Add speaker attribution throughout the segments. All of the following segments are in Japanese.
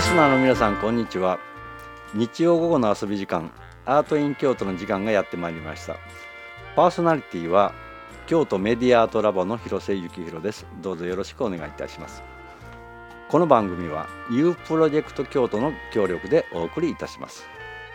Speaker 1: リスナーの皆さん、こんにちは。日曜午後の遊び時間、アートイン京都の時間がやってまいりました。パーソナリティは京都メディアアートラボの広瀬幸弘です。どうぞよろしくお願いいたします。この番組は U プロジェクト京都の協力でお送りいたします。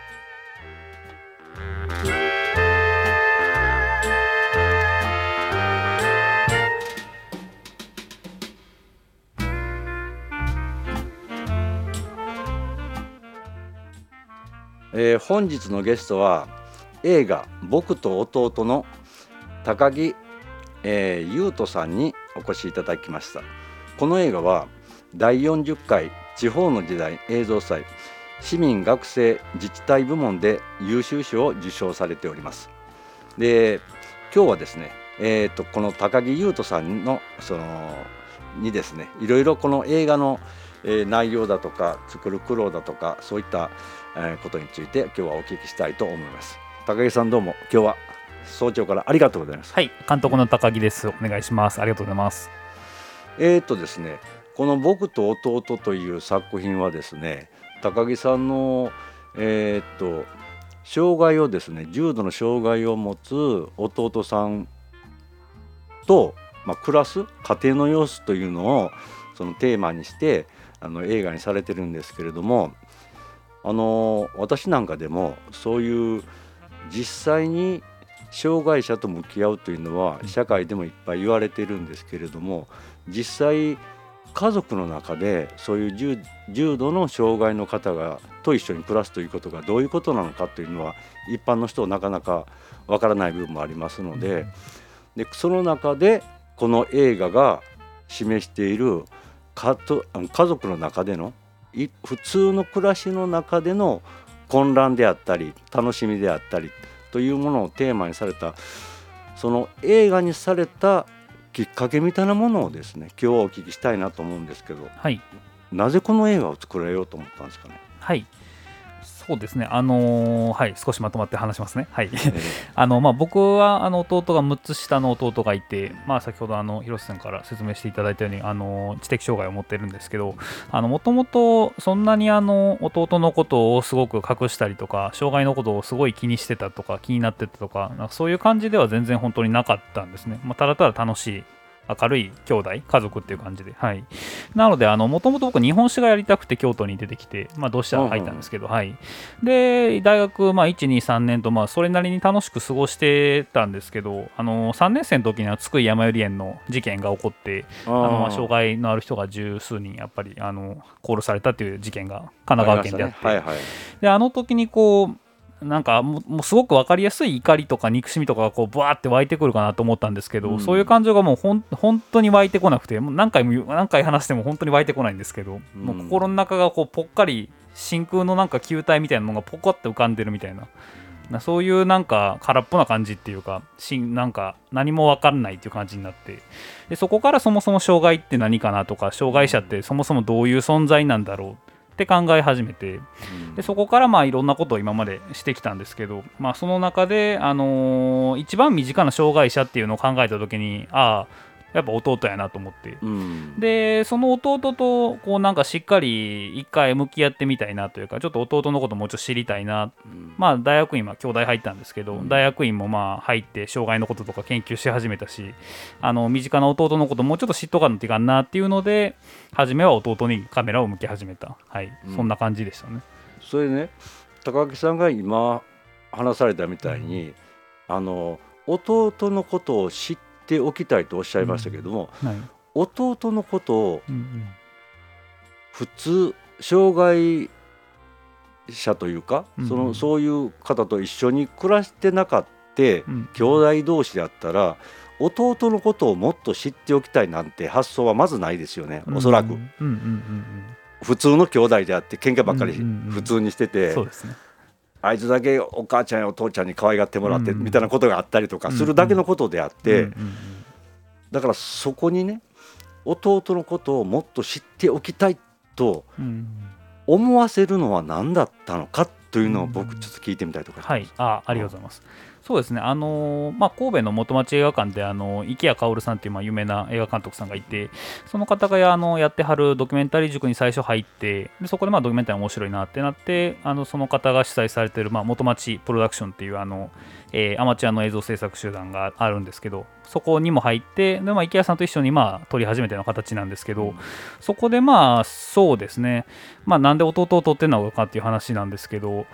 Speaker 1: 本日のゲストは映画僕と弟の高木、優斗さんにお越しいただきました。この映画は第40回地方の時代映像祭市民学生自治体部門で優秀賞を受賞されております。で、今日はですね、この高木優斗さんのにですね、いろいろこの映画の内容だとか作る苦労だとかそういったことについて今日はお聞きしたいと思います。高木さん、どうも今日は早朝からありがとうございます。
Speaker 2: はい、監督の高木です。お願いします。ありがとうございます。
Speaker 1: ですね、この僕と弟という作品はですね、高木さんの障害をですね、重度の障害を持つ弟さんと、暮らす家庭の様子というのをそのテーマにして映画にされてるんですけれども、私なんかでもそういう実際に障害者と向き合うというのは社会でもいっぱい言われているんですけれども、実際家族の中でそういう重度の障害の方がと一緒に暮らすということがどういうことなのかというのは一般の人はなかなかわからない部分もありますので、その中でこの映画が示している家族の中での普通の暮らしの中での混乱であったり楽しみであったりというものをテーマにされた、その映画にされたきっかけみたいなものをですね、今日はお聞きしたいなと思うんですけど、
Speaker 2: はい、
Speaker 1: なぜこの映画を作られようと思ったんですかね。
Speaker 2: はい、そうですね。はい、少しまとまって話しますね。はい。僕は弟が6つ下の弟がいて、先ほど広瀬さんから説明していただいたように知的障害を持ってるんですけど、もともとそんなに弟のことをすごく隠したりとか、障害のことをすごい気にしてたとか気になってたとか、そういう感じでは全然本当になかったんですね。ただただ楽しい明るい兄弟家族っていう感じで、はい、なのでもともと僕日本史がやりたくて京都に出てきて、どうしたら入ったんですけど、はい、で大学、1,2,3 年と、それなりに楽しく過ごしてたんですけど、3年生の時には津久井やまゆり園の事件が起こって、障害のある人が十数人やっぱり殺されたという事件が神奈川県であって、で時にこうなんかもうすごく分かりやすい怒りとか憎しみとかがこうブワーって湧いてくるかなと思ったんですけど、そういう感情がもう本当に湧いてこなくて、もう何回話しても本当に湧いてこないんですけど、もう心の中がこうぽっかり真空のなんか球体みたいなのがポコって浮かんでるみたいな、そういうなんか空っぽな感じっていうか、なんか何も分かんないっていう感じになって、でそこからそもそも障害って何かなとか、障害者ってそもそもどういう存在なんだろうって考え始めて、でそこからいろんなことを今までしてきたんですけど、その中で、一番身近な障害者っていうのを考えた時に、やっぱ弟やなと思って、でその弟とこうなんかしっかり一回向き合ってみたいなというか、ちょっと弟のこともうちょっと知りたいな、大学院は兄弟入ったんですけど、大学院も入って障害のこととか研究し始めたし、身近な弟のこともうちょっと知っとかんといかんなっていうので、初めは弟にカメラを向け始めた、はい、そんな感じでしたね。
Speaker 1: それね、高木さんが今話されたみたいに、弟のことを知っておきたいとおっしゃいましたけども、弟のことを普通障害者というか、そういう方と一緒に暮らしてなかった兄弟同士であったら、弟のことをもっと知っておきたいなんて発想はまずないですよね、おそらく。普通の兄弟であって喧嘩ばっかり普通にしてて、あいつだけお母ちゃんやお父ちゃんに可愛がってもらってみたいなことがあったりとかするだけのことであって、だからそこにね、弟のことをもっと知っておきたいと思わせるのは何だったのかっというのを僕ちょっと聞いてみたいとか。
Speaker 2: はい、ありがとうございます。そうですね、神戸の元町映画館で池谷薫さんっていう有名な映画監督さんがいて、その方がやってはるドキュメンタリー塾に最初入って、でそこでドキュメンタリー面白いなってなって、その方が主催されている、元町プロダクションっていうアマチュアの映像制作集団があるんですけど、そこにも入って、で池谷さんと一緒に撮り始めての形なんですけど、そこでそうですね、なんで弟を撮ってんのかっていう話なんですけど、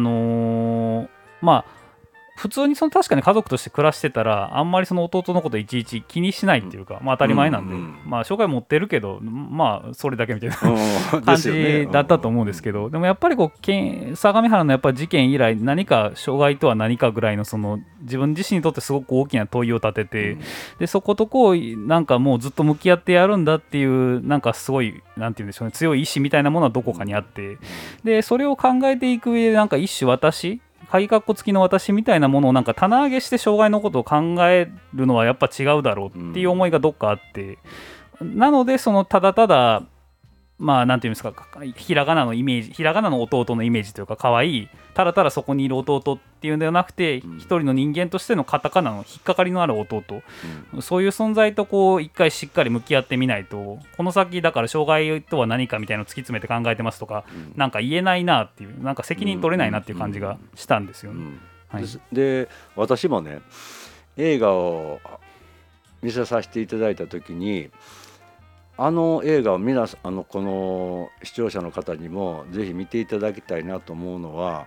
Speaker 2: 普通に確かに家族として暮らしてたらあんまりその弟のこといちいち気にしないっていうか、当たり前なんで、障害持ってるけどそれだけみたいな感じだったと思うんですけど、でもやっぱり相模原のやっぱり事件以来、何か障害とは何かぐらいの自分自身にとってすごく大きな問いを立てて、でそことなんかもうずっと向き合ってやるんだっていう、なんかすごいなんて言うんでしょうね、強い意志みたいなものはどこかにあって、でそれを考えていく上でなんか一種鍵括弧付きの私みたいなものをなんか棚上げして障害のことを考えるのはやっぱ違うだろうっていう思いがどっかあって、なのでただただなんていうんですか、ひらがなのイメージ、ひらがなの弟のイメージというか、可愛いただただそこにいる弟っていうんではなくて、一人の人間としてのカタカナの引っかかりのある弟、そういう存在と一回しっかり向き合ってみないと、この先だから障害とは何かみたいなのを突き詰めて考えてますとか、なんか言えないなっていう、なんか責任取れないなっていう感じがしたんですよね。
Speaker 1: で私もね、映画を見せさせていただいた時に、映画をこの視聴者の方にもぜひ見ていただきたいなと思うのは、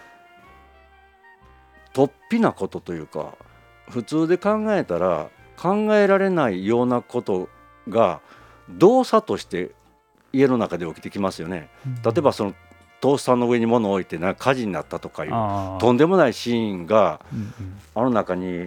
Speaker 1: 突飛なことというか、普通で考えたら考えられないようなことが動作として家の中で起きてきますよね。例えばそのトースターの上に物を置いて火事になったとかいうとんでもないシーンがあの中に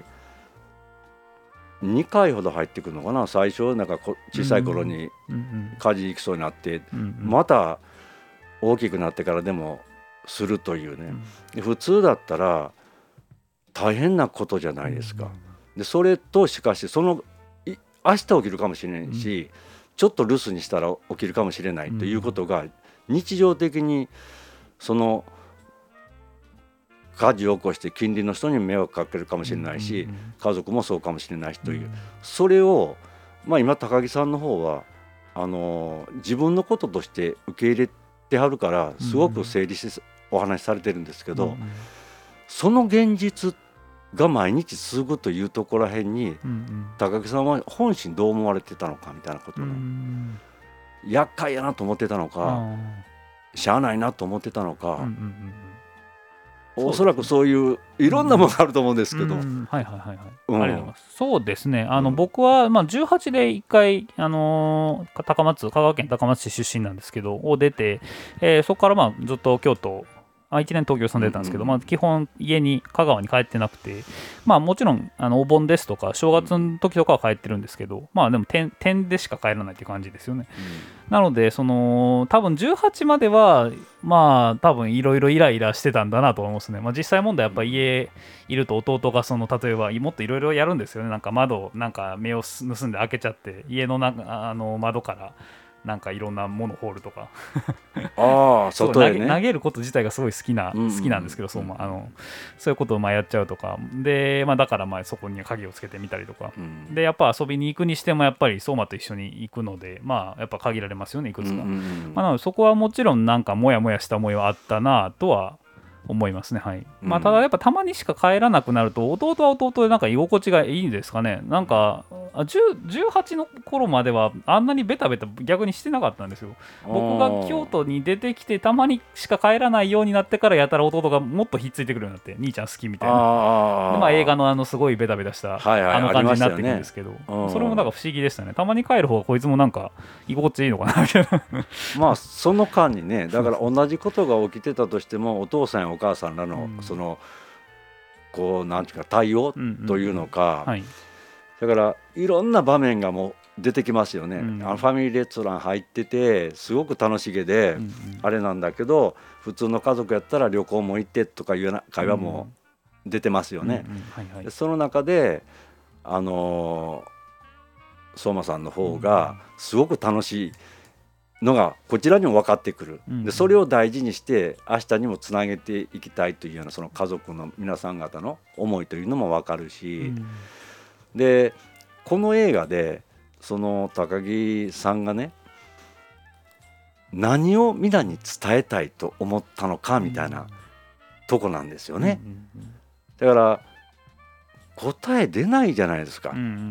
Speaker 1: 2回ほど入ってくるのかな。最初なんか小さい頃に火事行きそうになって、また大きくなってからでもするというね、普通だったら大変なことじゃないですか。でそれとしかし明日起きるかもしれないし、ちょっと留守にしたら起きるかもしれないということが日常的に火事を起こして近隣の人に迷惑かけるかもしれないし、家族もそうかもしれないしという、それを今高木さんの方は自分のこととして受け入れてはるからすごく整理してお話しされてるんですけど、その現実が毎日続くというところらへんに高木さんは本心どう思われてたのかみたいなことね、厄介やなと思ってたのか、しゃあないなと思ってたのか、おそらくそういういろんなものがあると思うんですけど、あり
Speaker 2: がとうございます。そうですね、僕は18で1回香川県高松市出身なんですけどを出て、そこからずっと京都1年東京住んでたんですけど、基本家に香川に帰ってなくて、もちろんお盆ですとか正月の時とかは帰ってるんですけど、でも点でしか帰らないっていう感じですよね。なので多分18までは多分いろいろイライラしてたんだなと思いますね。実際問題やっぱ家いると弟が例えばもっといろいろやるんですよね。なんか窓目を盗んで開けちゃって家の窓からなんかいろんなものを放るとか
Speaker 1: 外へね、
Speaker 2: 投げること自体がすごい好きなんですけど、そういうことをやっちゃうとかで、だからそこに鍵をつけてみたりとか、でやっぱ遊びに行くにしてもやっぱり相馬と一緒に行くのでやっぱ限られますよね、いくつか。なのでそこはもちろんなんかモヤモヤした思いはあったなとは思いますね。はい。ただやっぱたまにしか帰らなくなると弟は弟でなんか居心地がいいんですかね。なんか18の頃まではあんなにベタベタ逆にしてなかったんですよ。僕が京都に出てきてたまにしか帰らないようになってからやたら弟がもっとひっついてくるようになって、兄ちゃん好きみたいな。で映画のすごいベタベタした感じになってくるんですけど、それもなんか不思議でしたね。たまに帰る方がこいつもなんか居心地いいのかなみたいな。
Speaker 1: その間にね、だから同じことが起きてたとしてもお父さんやお母さんらのなんていうか対応というのか、だからいろんな場面がもう出てきますよね。ファミリーレストラン入っててすごく楽しげで、あれなんだけど普通の家族やったら旅行も行ってとかいうような会話も出てますよね。その中で相馬さんの方がすごく楽しいのがこちらにも分かってくる、
Speaker 2: うん
Speaker 1: でそれを大事にして明日にもつなげていきたいというようなその家族の皆さん方の思いというのも分かるし、でこの映画でその高木さんがね何を皆に伝えたいと思ったのかみたいなとこなんですよね。だから答え出ないじゃないですか。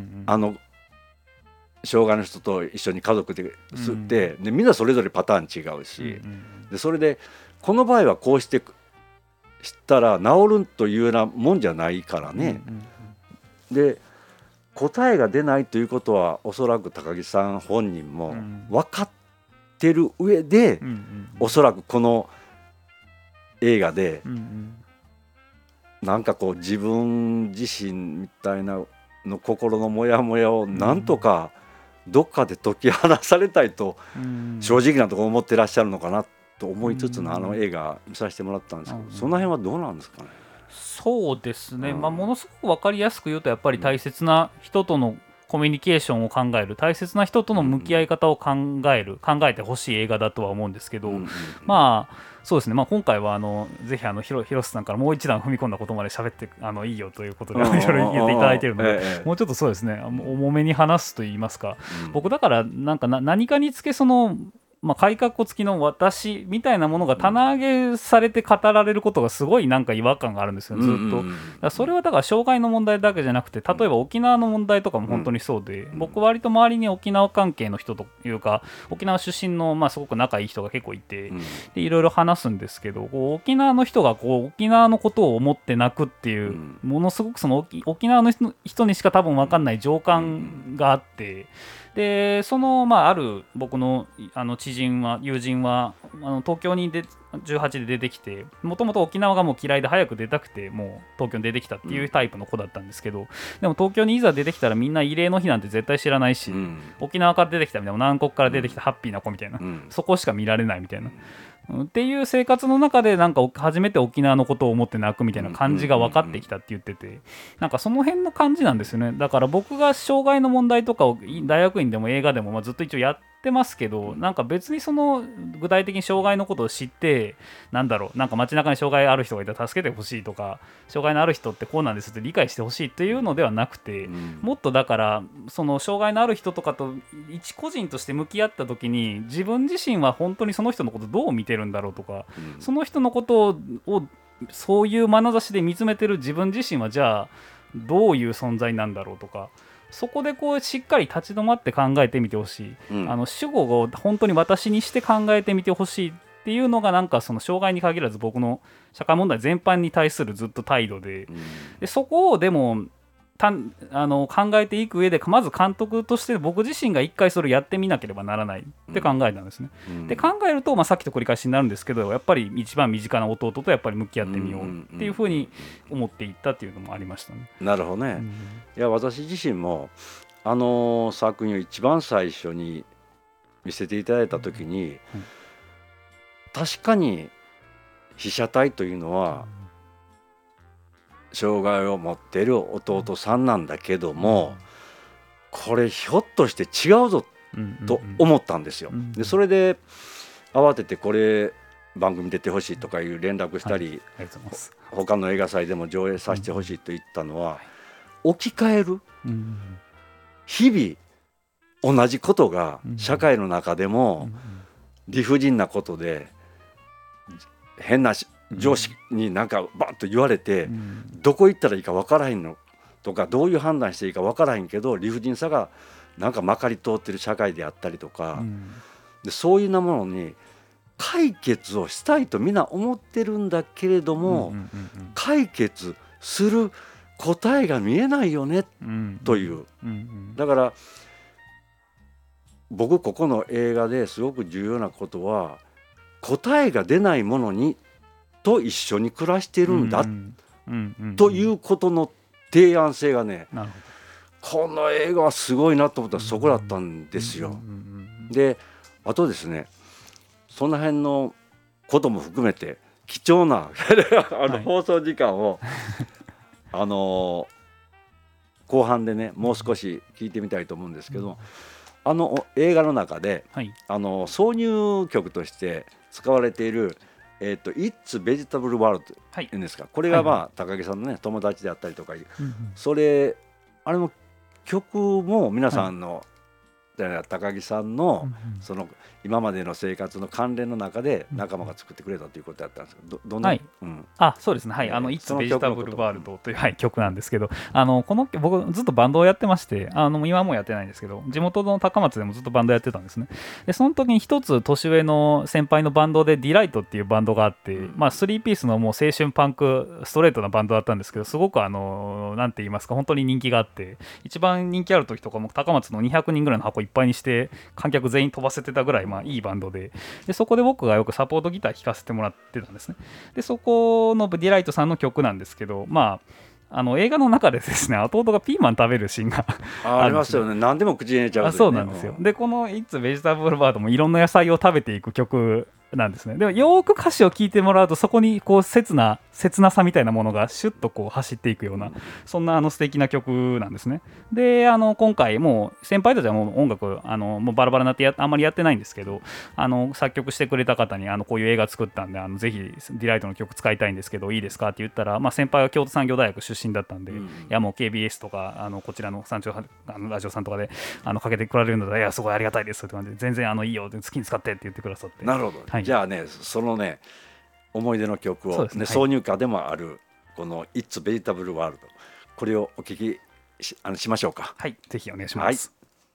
Speaker 1: 障害の人と一緒に家族で吸って、でみんなそれぞれパターン違うし、でそれでこの場合はこうしてしたら治るというようなもんじゃないからね。で答えが出ないということはおそらく高木さん本人も分かってる上で、おそらくこの映画で、なんかこう自分自身みたいなの心のモヤモヤをなんとかどっかで解き放されたいと正直なところ思ってらっしゃるのかなと思いつつのあの映画見させてもらったんですけど、その辺はどうなんですかね。
Speaker 2: そうですね、ものすごく分かりやすく言うとやっぱり大切な人とのコミュニケーションを考える、大切な人との向き合い方を考えてほしい映画だとは思うんですけど、まあそうですね、今回はぜひ広瀬さんからもう一段踏み込んだことまで喋っていいよということでいろいろ言っていただいているので、もうちょっとそうですね重めに話すと言いますか、僕だから何かにつけ改革付きの私みたいなものが棚上げされて語られることがすごい違和感があるんですよ、ずっと。だからそれはだから障害の問題だけじゃなくて、例えば沖縄の問題とかも本当にそうで、僕割と周りに沖縄関係の人というか沖縄出身のすごく仲いい人が結構いて、でいろいろ話すんですけど、沖縄の人が沖縄のことを思って泣くっていう、ものすごくその沖縄の人にしか多分分かんない情感があって、である僕の友人は東京に18で出てきて、もともと沖縄がもう嫌いで早く出たくてもう東京に出てきたっていうタイプの子だったんですけど、でも東京にいざ出てきたらみんな慰霊の日なんて絶対知らないし、沖縄から出てきたみたいな、南国から出てきたハッピーな子みたいな、そこしか見られないみたいな、っていう生活の中で初めて沖縄のことを思って泣くみたいな感じが分かってきたって言ってて、その辺の感じなんですよね。だから僕が障害の問題とかを大学院でも映画でもずっと一応やってますけど、別にその具体的に障害のことを知って街中に障害ある人がいたら助けてほしいとか、障害のある人ってこうなんですって理解してほしいっていうのではなくて、もっとだからその障害のある人とかと一個人として向き合った時に自分自身は本当にその人のことどう見てるんだろうとか、その人のことをそういう眼差しで見つめてる自分自身はじゃあどういう存在なんだろうとか、そこでしっかり立ち止まって考えてみてほしい、主語を本当に私にして考えてみてほしいっていうのがその障害に限らず僕の社会問題全般に対するずっと態度で、そこをでも考えていく上でまず監督として僕自身が一回それをやってみなければならないって考えたんですね。で考えると、さっきと繰り返しになるんですけど、やっぱり一番身近な弟とやっぱり向き合ってみようっていうふうに思っていったっていうのもありましたね。
Speaker 1: なるほどね。いや私自身も作品を一番最初に見せていただいた時に、確かに被写体というのは障害を持っている弟さんなんだけども、これひょっとして違うぞと思ったんですよ。でそれで慌ててこれ番組出てほしいとかいう連絡したり、他の映画祭でも上映させてほしいと言ったのは、置き換える、日々同じことが社会の中でも理不尽なことで変な上司にバッと言われて、どこ行ったらいいか分からへんのとか、どういう判断していいか分からへんけど理不尽さがまかり通ってる社会であったりとか、でそういうものに解決をしたいとみんな思ってるんだけれども、解決する答えが見えないよねという、だから僕ここの映画ですごく重要なことは、答えが出ないものにと一緒に暮らしてるんだということの提案性がね、この映画はすごいなと思ったらそこだったんですよ。であとですね、その辺のことも含めて貴重な放送時間を後半でねもう少し聞いてみたいと思うんですけど、 映画の中で、
Speaker 2: はい、
Speaker 1: 挿入曲として使われているIt's Vegetable World っていうんですか、これが高木さんのね友達であったりとか、それあれの曲も皆さんの、高木さんのその今までの生活の関連の中で仲間が作ってくれたということだったんですけど、どんな、
Speaker 2: そうですね、はい、It's Vegetable World という、曲なんですけど、この僕ずっとバンドをやってまして、今もやってないんですけど、地元の高松でもずっとバンドやってたんですね。でその時に一つ年上の先輩のバンドでディライトっていうバンドがあって、3ピースのもう青春パンクストレートなバンドだったんですけど、すごくなんて言いますか、本当に人気があって、一番人気ある時とかも高松の200人ぐらいの箱いっぱいにして観客全員飛ばせてたぐらい、いいバンドで、そこで僕がよくサポートギター弾かせてもらってたんですね。でそこのディライトさんの曲なんですけど、映画の中でですね、弟がピーマン食べるシーンが
Speaker 1: ありますよね。何でも口に入れちゃう、ね、
Speaker 2: そうなんですよ。でこの It's Vegetable World もいろんな野菜を食べていく曲なんですね。でもよーく歌詞を聞いてもらうと、そこにこう切なさみたいなものがシュッとこう走っていくような、そんな素敵な曲なんですね。で今回もう先輩たちはもう音楽もうバラバラになってあんまりやってないんですけど、作曲してくれた方にこういう映画作ったんでぜひディライトの曲使いたいんですけどいいですかって言ったら、先輩は京都産業大学出身だったんで、いやもう KBS とかこちらの山頂ラジオさんとかでかけてこられるので、いやすごいありがたいですって感じで、全然いいよ好きに使ってって言ってくださって。
Speaker 1: なるほど、はい、じゃあねそのね思い出の曲を、挿入歌でもあるこの It's Vegetable World、 これをお聴き しましょうか。
Speaker 2: はい、ぜひお願いします。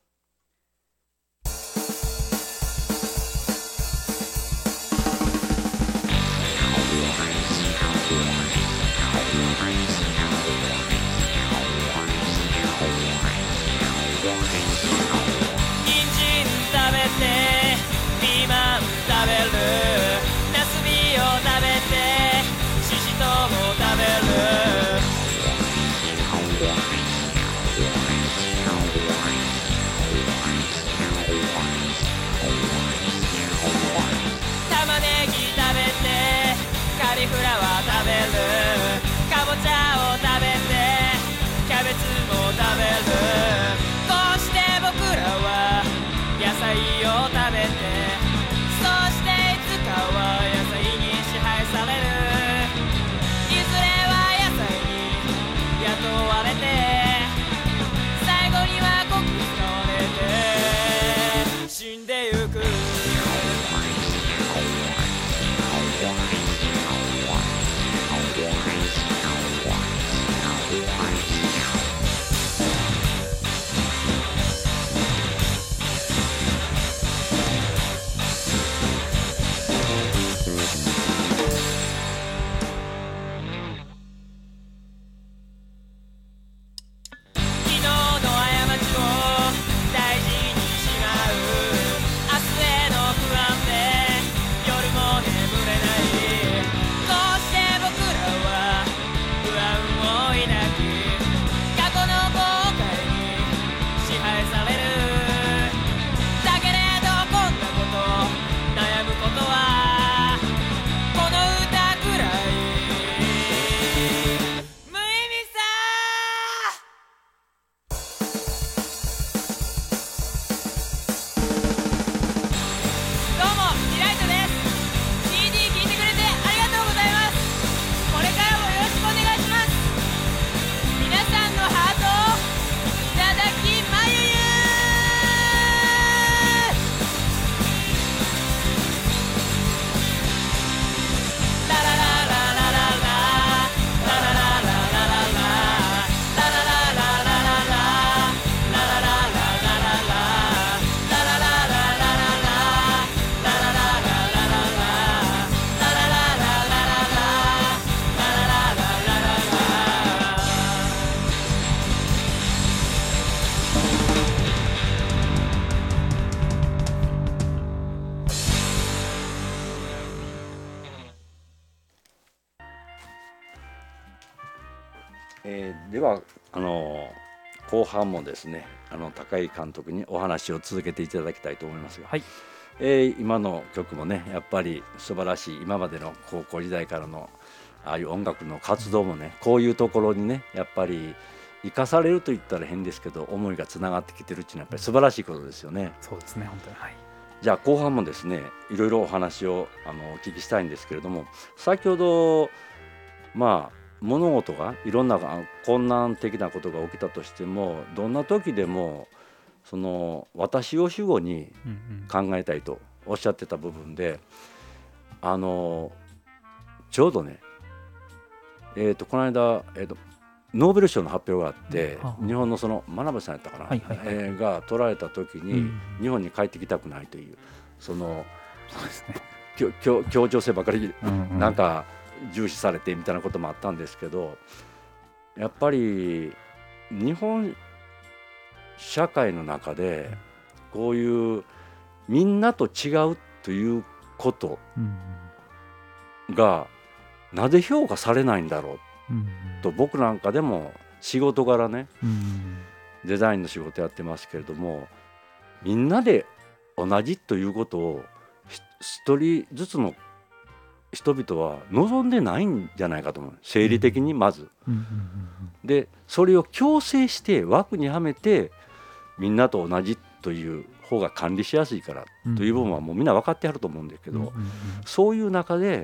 Speaker 1: では後半もですね高井監督にお話を続けていただきたいと思いますが、
Speaker 2: はい、
Speaker 1: 今の曲もねやっぱり素晴らしい、今までの高校時代からのああいう音楽の活動もねこういうところにねやっぱり生かされると言ったら変ですけど思いがつながってきてるっていうのはやっぱり素晴らしいことですよね。
Speaker 2: そうですね、本当に。はい。
Speaker 1: じゃあ後半もですねいろいろお話をお聞きしたいんですけれども、先ほどまあ物事がいろんな困難的なことが起きたとしてもどんな時でもその私を主語に考えたいとおっしゃってた部分で、ちょうどねこの間、ノーベル賞の発表があって、日本のその真鍋さんやったかな、が取られた時に、日本に帰ってきたくないというそう
Speaker 2: ですね、
Speaker 1: 協調性ばかりなんか重視されてみたいなこともあったんですけど、やっぱり日本社会の中でこういうみんなと違うということがなぜ評価されないんだろうと、僕なんかでも仕事柄ね、デザインの仕事やってますけれども、みんなで同じということを一人ずつの人々は望んでないんじゃないかと思う、生理的にまず。でそれを強制して枠にはめてみんなと同じという方が管理しやすいからという部分はもうみんな分かってはると思うんですけど、そういう中で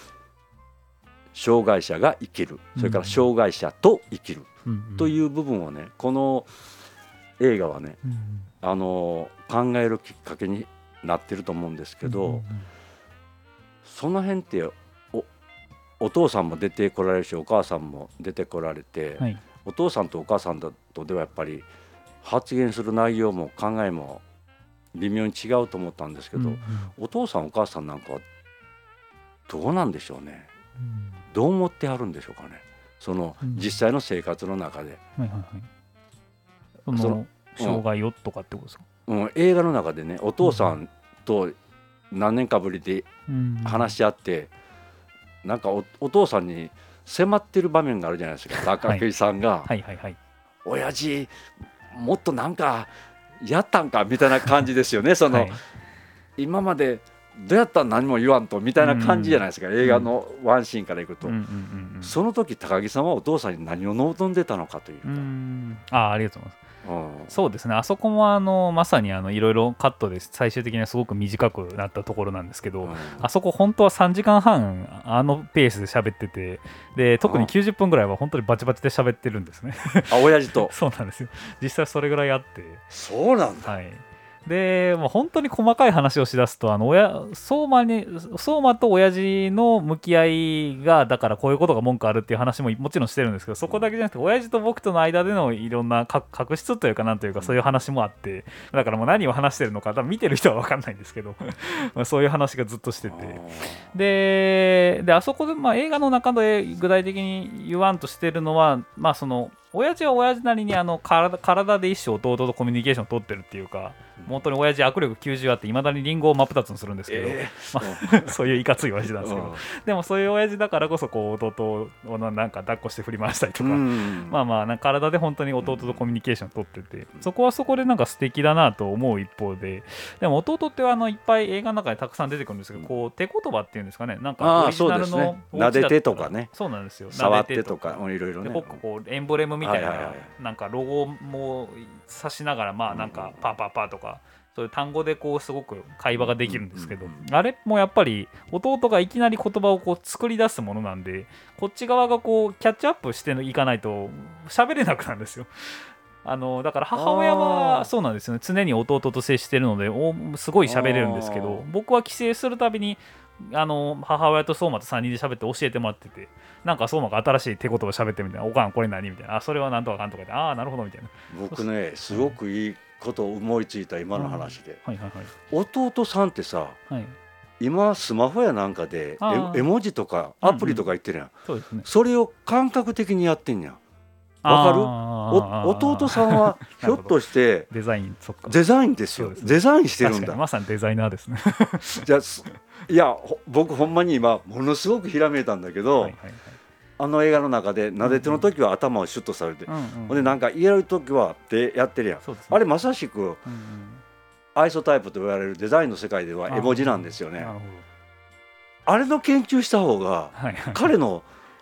Speaker 1: 障害者が生きる、それから障害者と生きるという部分をね、この映画はね、考えるきっかけになってると思うんですけど、その辺ってお父さんも出てこられるしお母さんも出てこられて、お父さんとお母さんだとではやっぱり発言する内容も考えも微妙に違うと思ったんですけど、お父さんお母さんなんかはどうなんでしょうね、どう思ってはるんでしょうかね、その実際の生活の中で。
Speaker 2: その障害をとかってことですか？
Speaker 1: 映画の中でね、お父さんと何年かぶりで話し合って、なんか お父さんに迫ってる場面があるじゃないですか、高木さんが親父もっとなんかやったんかみたいな感じですよねその、今までどうやったら何も言わんとみたいな感じじゃないですか、映画のワンシーンからいくと、その時高木さんはお父さんに何を望んでたのかというか。
Speaker 2: ありがとうございます。そうですね、あそこもまさにいろいろカットで最終的にはすごく短くなったところなんですけど、あそこ本当は3時間半ペースで喋ってて、で特に90分ぐらいは本当にバチバチで喋ってるんですね
Speaker 1: 親父と
Speaker 2: そうなんですよ、実際それぐらいあって。
Speaker 1: そうなんだ。
Speaker 2: でもう本当に細かい話をしだすと相馬と親父の向き合いがだからこういうことが文句あるっていう話ももちろんしてるんですけど、そこだけじゃなくて親父と僕との間でのいろんな確執というかなんというかそういう話もあって、だからもう何を話してるのか多分見てる人は分かんないんですけどそういう話がずっとしてて、であそこで映画の中で具体的に言わんとしてるのは、その親父は親父なりに体で一生弟とコミュニケーションを取ってるっていうか、本当に親父握力90あっていまだにリンゴを真っ二つにするんですけど、そういういかつい親父なんですけど、でもそういう親父だからこそ弟をなんか抱っこして振り回したりとか、なんか体で本当に弟とコミュニケーションを取ってて、そこはそこでなんか素敵だなと思う一方で、でも弟っていっぱい映画の中でたくさん出てくるんですけど、こう手言葉っていうんですかね、なんかオリジナルの
Speaker 1: 撫でてとかね、
Speaker 2: そうなんですよ、
Speaker 1: 触ってとかいろいろね、
Speaker 2: こうエンブレムみたいななんかロゴも指しながらなんかパーパーパーとかそういう単語でこうすごく会話ができるんですけど、あれもやっぱり弟がいきなり言葉をこう作り出すものなんで、こっち側がこうキャッチアップしていかないと喋れなくなるんですよ。だから母親はそうなんですよね、常に弟と接してるのですごい喋れるんですけど、僕は帰省するたびに母親と相馬と3人で喋って教えてもらってて、なんか相馬が新しい手言葉喋ってみたいな、おかんこれ何みたいな、それはなんとかかんとかで、なるほどみたいな。
Speaker 1: 僕ねすごくいいことを思いついた今の話で、弟さんってさ、今スマホやなんかで絵文字とかアプリとか言ってるやん、それを感覚的にやってんやん。わかる？弟さんはひょっとして
Speaker 2: デザイン
Speaker 1: ですよ、デザインしてるんだ。
Speaker 2: まさにデザイナーですね
Speaker 1: じゃいや僕ほんまに今ものすごくひらめいたんだけど、あの映画の中で撫でての時は頭をシュッとされて、ほんでなんか入れる時はってやってるやん、あれまさしくアイソタイプと言われるデザインの世界では絵文字なんですよね。あれの研究した方が彼の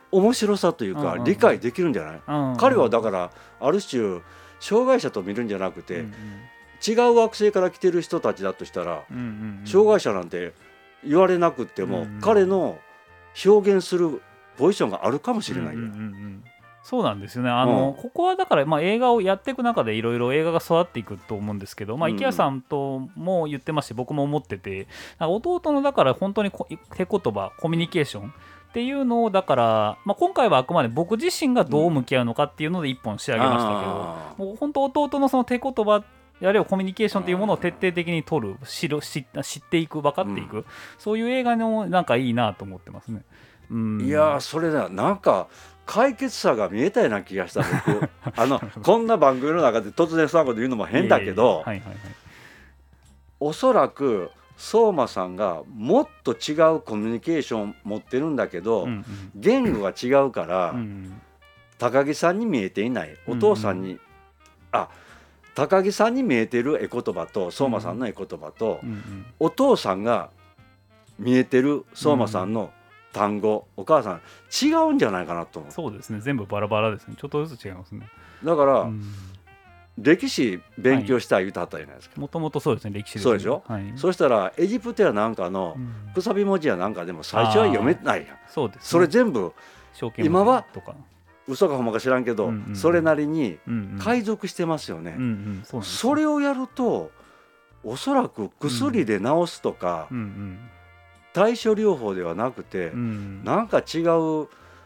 Speaker 1: 面白さというか理解できるんじゃない、彼はだからある種障害者と見るんじゃなくて、違う惑星から来てる人たちだとしたら、障害者なんて言われなくっても、彼の表現するポジションがあるかもしれないよ。
Speaker 2: そうなんですよね。ここはだから、映画をやっていく中でいろいろ映画が育っていくと思うんですけど、池谷さんとも言ってまして、僕も思ってて、弟のだから本当に手言葉コミュニケーションっていうのをだから、今回はあくまで僕自身がどう向き合うのかっていうので一本仕上げましたけど、もう本当弟のその手言葉あるいはコミュニケーションというものを徹底的に取る、知っていく、分かっていく、そういう映画のなんかいいなと思ってますね。
Speaker 1: いやそれだ、なんか解決策が見えたような気がした僕こんな番組の中で突然そんなこと言うのも変だけど、おそらく相馬さんがもっと違うコミュニケーション持ってるんだけど、言語が違うから、高木さんに見えていないお父さんに、高木さんに見えてる絵言葉と相馬さんの絵言葉と、お父さんが見えてる相馬さんの単語、お母さん違うんじゃないかなと思う。
Speaker 2: そうですね、全部バラバラですね。ちょっとずつ違いますね。
Speaker 1: だから、歴史勉強したい言うてはったじゃないですか。
Speaker 2: もともとそうですね、歴史ですね。
Speaker 1: そうでしょ、そしたらエジプトやなんかのくさび文字やなんかでも最初は読めないやん。
Speaker 2: そうですね、
Speaker 1: それ全部今は嘘かほんまか知らんけど、それなりに海賊してますよね。それをやるとおそらく薬で治すとか、対処療法ではなくて、なんか違う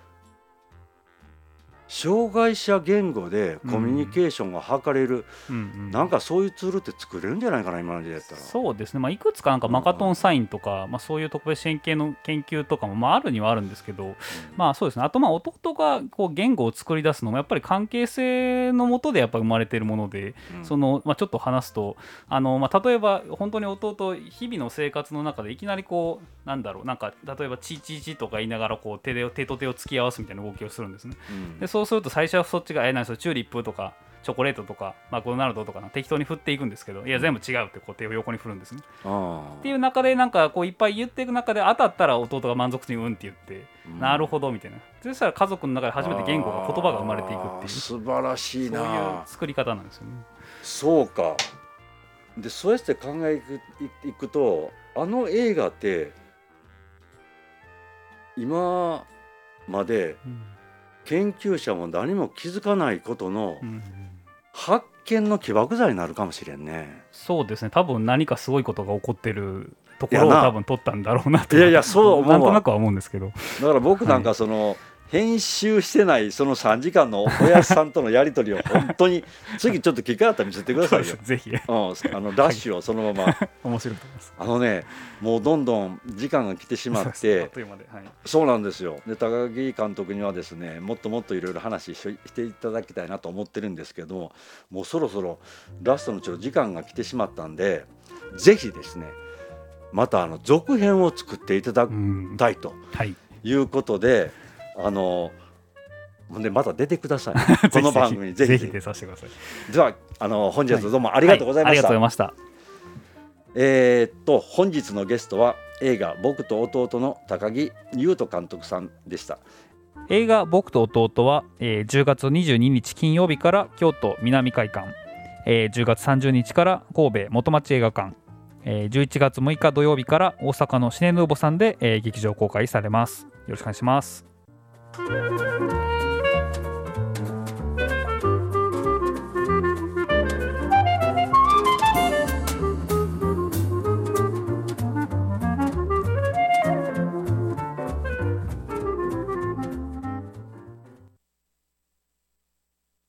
Speaker 1: 障害者言語でコミュニケーションが図れる、なんかそういうツールって作れるんじゃないかな、今の時代だったら。
Speaker 2: そうですね、いくつかなんかマカトンサインとか、そういう特別支援系の研究とかも、あるにはあるんですけど、そうですね、あと弟がこう言語を作り出すのもやっぱり関係性のもとでやっぱ生まれているもので、ちょっと話すと例えば本当に弟日々の生活の中でいきなりこうなんか例えばチーチーチーとか言いながらこう手と手を突き合わすみたいな動きをするんですね。でそうすると最初はそっちが何それチューリップとかチョコレートとかマクドナルドとか適当に振っていくんですけど、いや全部違うってこう手を横に振るんですね。っていう中でなんかこういっぱい言っていく中で当たったら弟が満足にうんって言って、なるほどみたいな。そしたら家族の中で初めて言語が言葉が生まれていくっていう
Speaker 1: 素晴らしいな、
Speaker 2: そういう作り方なんですよね。
Speaker 1: そうか。でそうやって考えていくと、あの映画って今まで研究者も何も気づかないことの発見の起爆剤になるかもしれんね。
Speaker 2: そうですね、多分何かすごいことが起こってるところを多分撮ったんだろうなと。
Speaker 1: そう思うわ。
Speaker 2: なんとなくは思うんですけど、
Speaker 1: だから僕なんかその、編集してないその3時間のおやじさんとのやり取りを本当に次ちょっと機会あったら見せてくださいよ。
Speaker 2: ぜひ、
Speaker 1: ラッシュをそのまま
Speaker 2: 面白いと思います。
Speaker 1: もうどんどん時間が来てしまってそうなんですよ。で高木監督にはですね、もっともっといろいろ話していただきたいなと思ってるんですけど、もうそろそろラストの時間が来てしまったんで、ぜひですねまた続編を作っていただきたいということで、でまた出てくださいこの番組にぜひ
Speaker 2: 出させてください。
Speaker 1: では本日はどうもありがとうございました。
Speaker 2: ありがとうございました。
Speaker 1: 本日のゲストは映画僕と弟の高木優斗監督さんでした。
Speaker 2: 映画僕と弟は、10月22日金曜日から京都南会館、10月30日から神戸元町映画館、11月6日土曜日から大阪のシネヌーボさんで、劇場公開されます。よろしくお願いします。